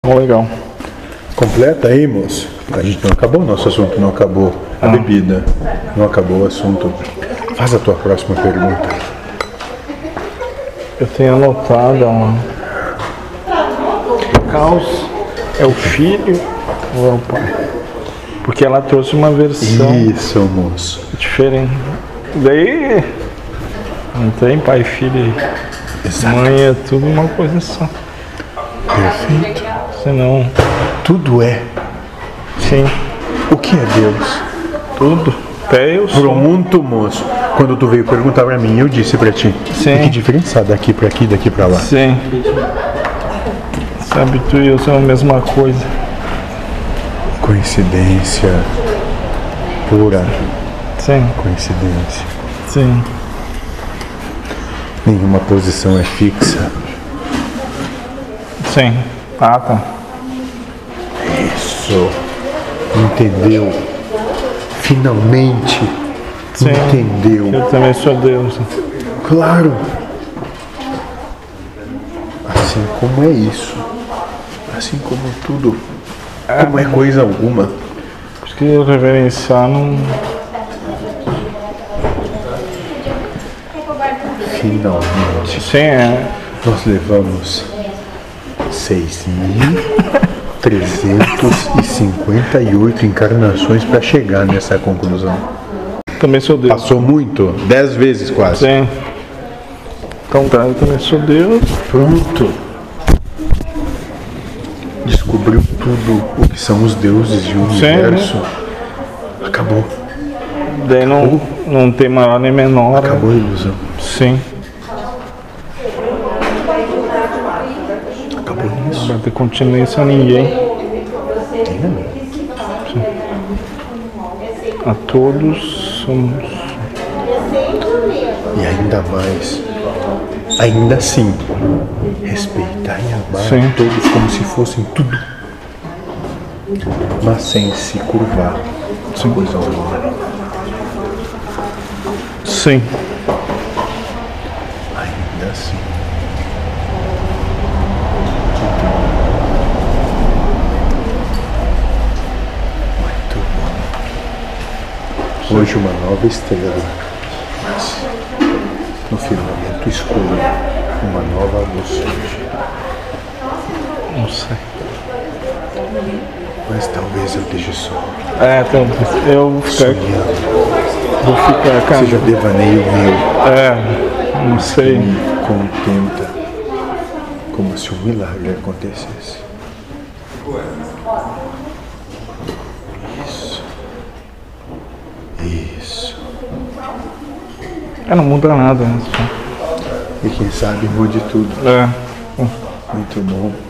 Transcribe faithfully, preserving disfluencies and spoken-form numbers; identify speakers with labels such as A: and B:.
A: legal.
B: Completa aí, moço. A gente não acabou o nosso assunto, não acabou a
A: Ah.
B: bebida, não acabou o assunto. Faz a tua próxima pergunta.
A: Eu tenho anotado, ó. Caos é o filho ou é o pai? Porque ela trouxe uma versão
B: Isso, moço.
A: diferente. Daí não tem pai, filho e
B: Exato.
A: mãe, é tudo uma coisa só.
B: Perfeito.
A: Senão,
B: Tudo é.
A: sim,
B: O que é Deus?
A: tudo. Até eu sou.
B: Pronto, moço. Quando tu veio perguntar pra mim, eu disse pra ti.
A: Sim.
B: Tem que diferenciar daqui pra aqui, daqui pra lá.
A: Sim. Sabe, tu e eu somos a mesma coisa.
B: Coincidência pura.
A: Sim,
B: Coincidência.
A: sim.
B: Nenhuma posição é fixa.
A: Sim. Ah, tá.
B: Isso. Entendeu? Finalmente.
A: Sim.
B: Entendeu?
A: Eu também sou Deus.
B: Claro. Assim como é isso. Assim como tudo. Como é coisa alguma.
A: Por isso que reverenciar não.
B: Finalmente.
A: Sim, é.
B: Nós levamos seis mil trezentos e cinquenta e oito encarnações para chegar nessa conclusão.
A: Também sou Deus.
B: Passou muito, dez vezes quase.
A: Sim. Então tá, eu também sou Deus.
B: Pronto. Descobriu tudo o que são os deuses e o universo. Acabou.
A: Daí não, não tem maior nem menor.
B: Acabou a ilusão.
A: Sim.
B: Acabou isso.
A: Não vai ter continência a ninguém. A todos somos.
B: E ainda mais, ainda assim, respeitar e amar
A: Sim.
B: a todos como se fossem tudo, mas sem se curvar.
A: Sim.
B: Coisa alguma.
A: Sim.
B: Ainda assim. Muito bom. Hoje uma nova estrela, mas no firmamento escuro, uma nova luz surge.
A: Não sei.
B: Mas talvez eu esteja só
A: É, então, eu vou ficar,
B: sonhando.
A: vou ficar cara.
B: Seja devaneio meu.
A: É, não sei.
B: Me contenta como se um milagre acontecesse. Isso. Isso.
A: É, não muda nada, né?
B: E quem sabe mude tudo.
A: É.
B: Muito bom.